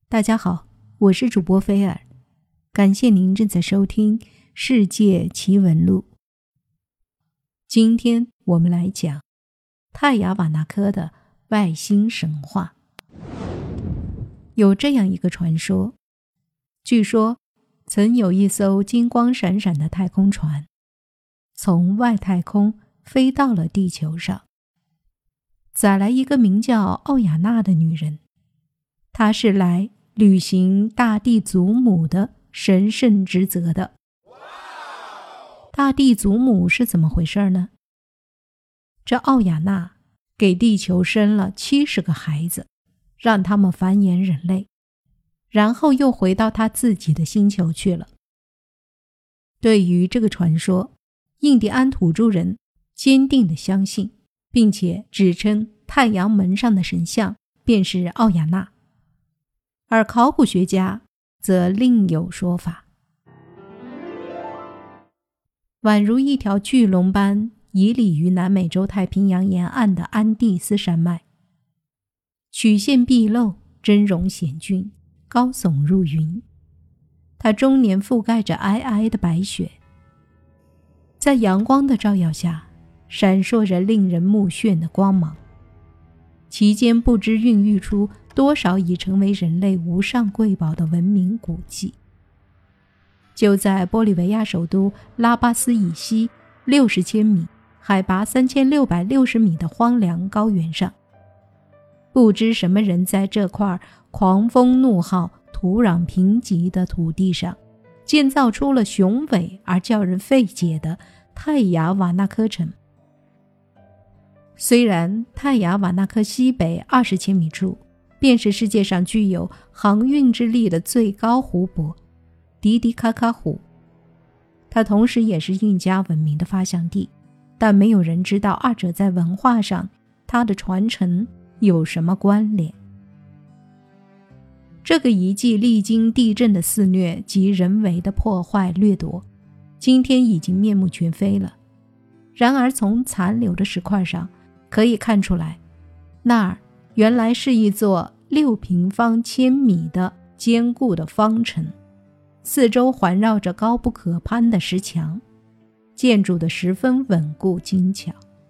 大家好，我是主播菲尔，感谢您正在收听《世界奇闻录》。今天我们来讲泰雅瓦纳科的外星神话。有这样一个传说，据说曾有一艘金光闪闪的太空船，从外太空飞到了地球上，载来一个名叫奥雅娜的女人，她是来履行大地祖母的神圣职责的。大地祖母是怎么回事呢？这奥雅娜给地球生了70个孩子，让他们繁衍人类，然后又回到他自己的星球去了。对于这个传说，印第安土著人坚定地相信，并且指称太阳门上的神像便是奥雅娜，而考古学家则另有说法。宛如一条巨龙般屹立于南美洲太平洋沿岸的安第斯山脉，曲线毕露，峥嵘险峻，高耸入云。它终年覆盖着皑皑的白雪，在阳光的照耀下闪烁着令人目眩的光芒，其间不知孕育出多少已成为人类无上瑰宝的文明古迹。就在玻利维亚首都拉巴斯以西60千米，海拔3660米的荒凉高原上，不知什么人在这块狂风怒号、土壤贫瘠的土地上，建造出了雄伟而叫人费解的泰雅瓦纳科城。虽然泰雅瓦纳科西北20千米处便是世界上具有航运之力的最高湖泊迪迪卡卡湖，它同时也是印加文明的发祥地，但没有人知道二者在文化上它的传承有什么关联。这个遗迹历经地震的肆虐及人为的破坏掠夺，今天已经面目全非了。然而从残留的石块上可以看出来，那儿原来是一座6平方千米的坚固的方城，四周环绕着高不可攀的石墙，建筑得十分稳固精巧。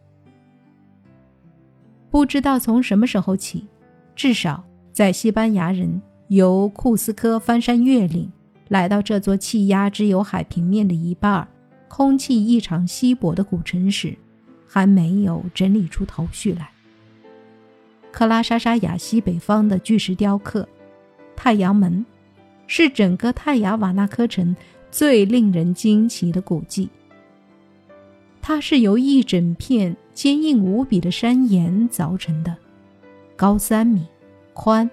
不知道从什么时候起，至少在西班牙人由库斯科翻山越岭来到这座气压只有海平面的一半、空气异常稀薄的古城时，还没有整理出头绪来。克拉沙沙雅西北方的巨石雕刻太阳门是整个泰雅瓦纳科城最令人惊奇的古迹。它是由一整片坚硬无比的山岩凿成的，高3米，宽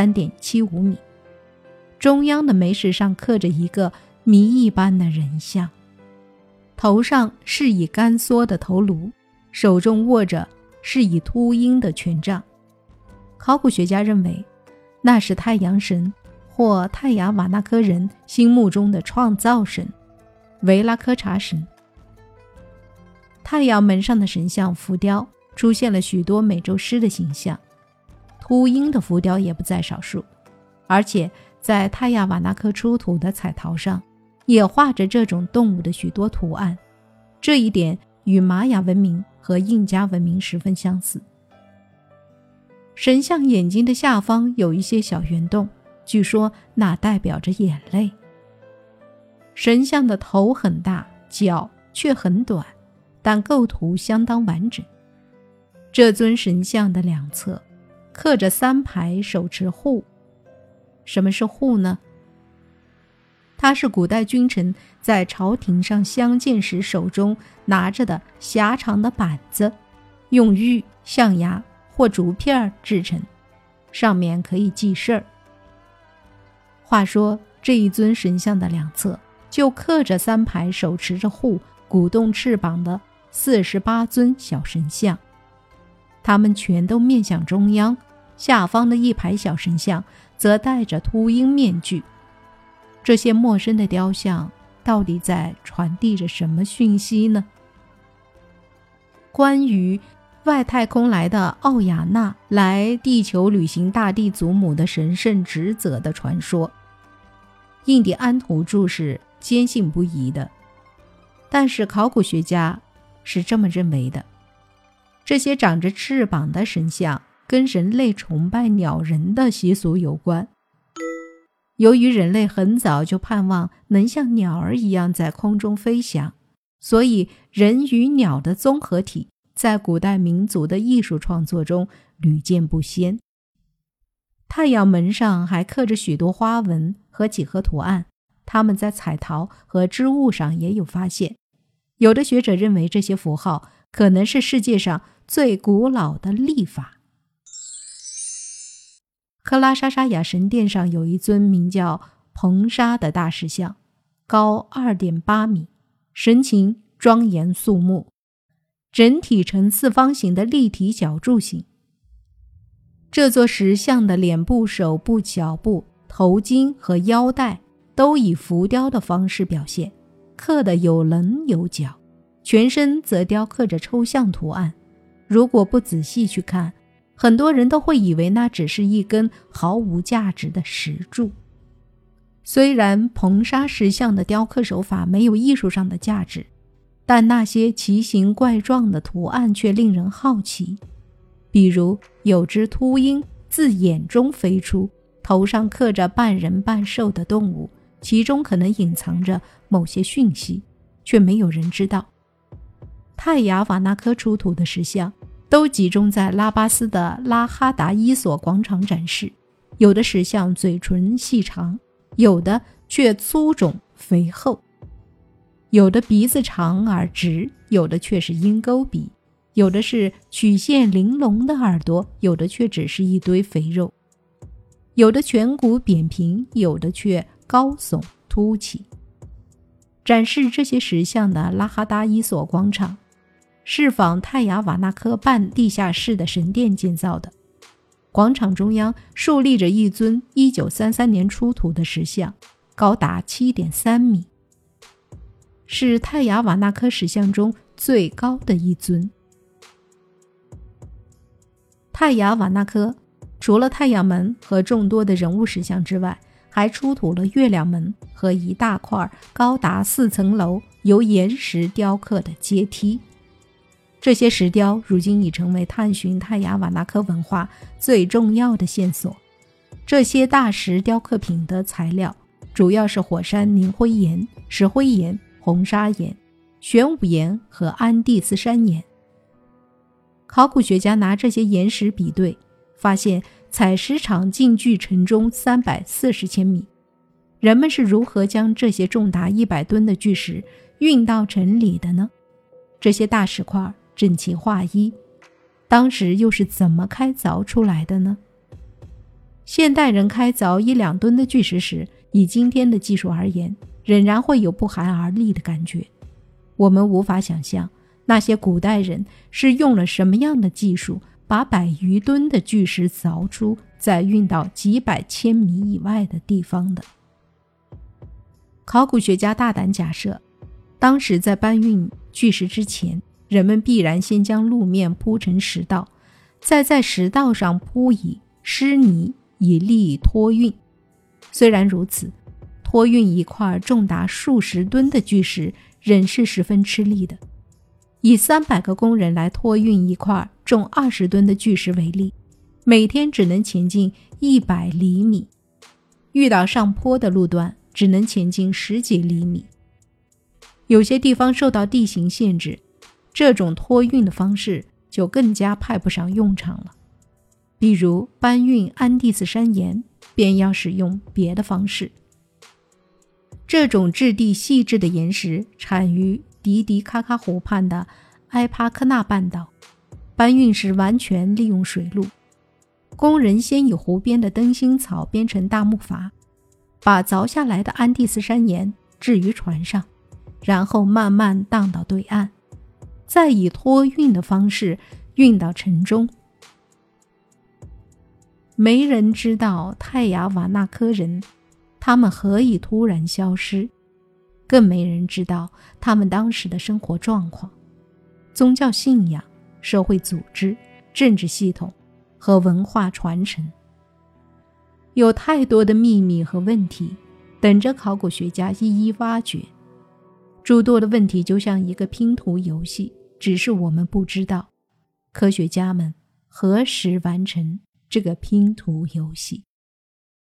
3.75米。中央的眉石上刻着一个谜一般的人像，头上是以干缩的头颅，手中握着是以秃鹰的权杖。考古学家认为，那是太阳神或泰雅瓦纳科人心目中的创造神维拉科查神。太阳门上的神像浮雕出现了许多美洲狮的形象，秃鹰的浮雕也不在少数，而且在泰雅瓦纳科出土的彩陶上也画着这种动物的许多图案，这一点与玛雅文明和印加文明十分相似。神像眼睛的下方有一些小圆洞，据说那代表着眼泪。神像的头很大，脚却很短，但构图相当完整。这尊神像的两侧刻着3排手持护。什么是护呢？它是古代君臣在朝廷上相见时手中拿着的狭长的板子，用玉、象牙或竹片制成，上面可以记事儿。话说这一尊神像的两侧就刻着3排手持着护、鼓动翅膀的48尊小神像，他们全都面向中央，下方的一排小神像则戴着秃鹰面具。这些陌生的雕像到底在传递着什么讯息呢？关于外太空来的奥雅纳来地球履行大地祖母的神圣职责的传说。印第安土著是坚信不疑的，但是考古学家是这么认为的：这些长着翅膀的神像跟人类崇拜鸟人的习俗有关。由于人类很早就盼望能像鸟儿一样在空中飞翔，所以人与鸟的综合体在古代民族的艺术创作中屡见不鲜。太阳门上还刻着许多花纹和几何图案，它们在彩陶和织物上也有发现。有的学者认为这些符号可能是世界上最古老的历法。克拉沙沙雅神殿上有一尊名叫彭沙的大石像，高 2.8 米，神情庄严肃穆，整体呈四方形的立体角柱形。这座石像的脸部、手部、脚部、头巾和腰带都以浮雕的方式表现，刻得有棱有角，全身则雕刻着抽象图案。如果不仔细去看，很多人都会以为那只是一根毫无价值的石柱。虽然彭沙石像的雕刻手法没有艺术上的价值，但那些奇形怪状的图案却令人好奇。比如有只秃鹰自眼中飞出，头上刻着半人半兽的动物，其中可能隐藏着某些讯息，却没有人知道。泰雅瓦纳科出土的石像都集中在拉巴斯的拉哈达伊索广场展示，有的石像嘴唇细长，有的却粗肿肥厚，有的鼻子长而直，有的却是鹰钩鼻，有的是曲线玲珑的耳朵，有的却只是一堆肥肉，有的颧骨扁平，有的却高耸凸起。展示这些石像的拉哈达伊索广场是仿泰雅瓦纳科半地下室的神殿建造的。广场中央竖立着一尊1933年出土的石像，高达 7.3 米，是泰雅瓦纳科石像中最高的一尊。泰雅瓦纳科除了太阳门和众多的人物石像之外，还出土了月亮门和一大块高达4层楼由岩石雕刻的阶梯。这些石雕如今已成为探寻泰雅瓦纳科文化最重要的线索。这些大石雕刻品的材料主要是火山凝灰岩、石灰岩、红砂岩、玄武岩和安第斯山岩。考古学家拿这些岩石比对，发现采石场径距城中340千米。人们是如何将这些重达100吨的巨石运到城里的呢？这些大石块整齐划一，当时又是怎么开凿出来的呢？现代人开凿1-2吨的巨石时，以今天的技术而言，仍然会有不寒而栗的感觉。我们无法想象那些古代人是用了什么样的技术，把100余吨的巨石凿出，再运到几百千米以外的地方的。考古学家大胆假设，当时在搬运巨石之前，人们必然先将路面铺成石道，再在石道上铺以湿泥，以利托运。虽然如此，托运一块重达数十吨的巨石仍是十分吃力的。以300个工人来托运一块重20吨的巨石为例，每天只能前进100厘米，遇到上坡的路段只能前进10几厘米。有些地方受到地形限制，这种托运的方式就更加派不上用场了。比如搬运安第斯山岩，便要使用别的方式。这种质地细致的岩石产于迪迪卡卡湖畔的埃帕科纳半岛，搬运时完全利用水路。工人先以湖边的灯芯草编成大木筏，把凿下来的安第斯山岩置于船上，然后慢慢荡到对岸，再以托运的方式运到城中。没人知道泰雅瓦纳科人他们何以突然消失，更没人知道他们当时的生活状况、宗教信仰、 社会组织、政治系统和文化传承。有太多的秘密和问题等着考古学家一一挖掘。诸多的问题就像一个拼图游戏，只是我们不知道科学家们何时完成这个拼图游戏。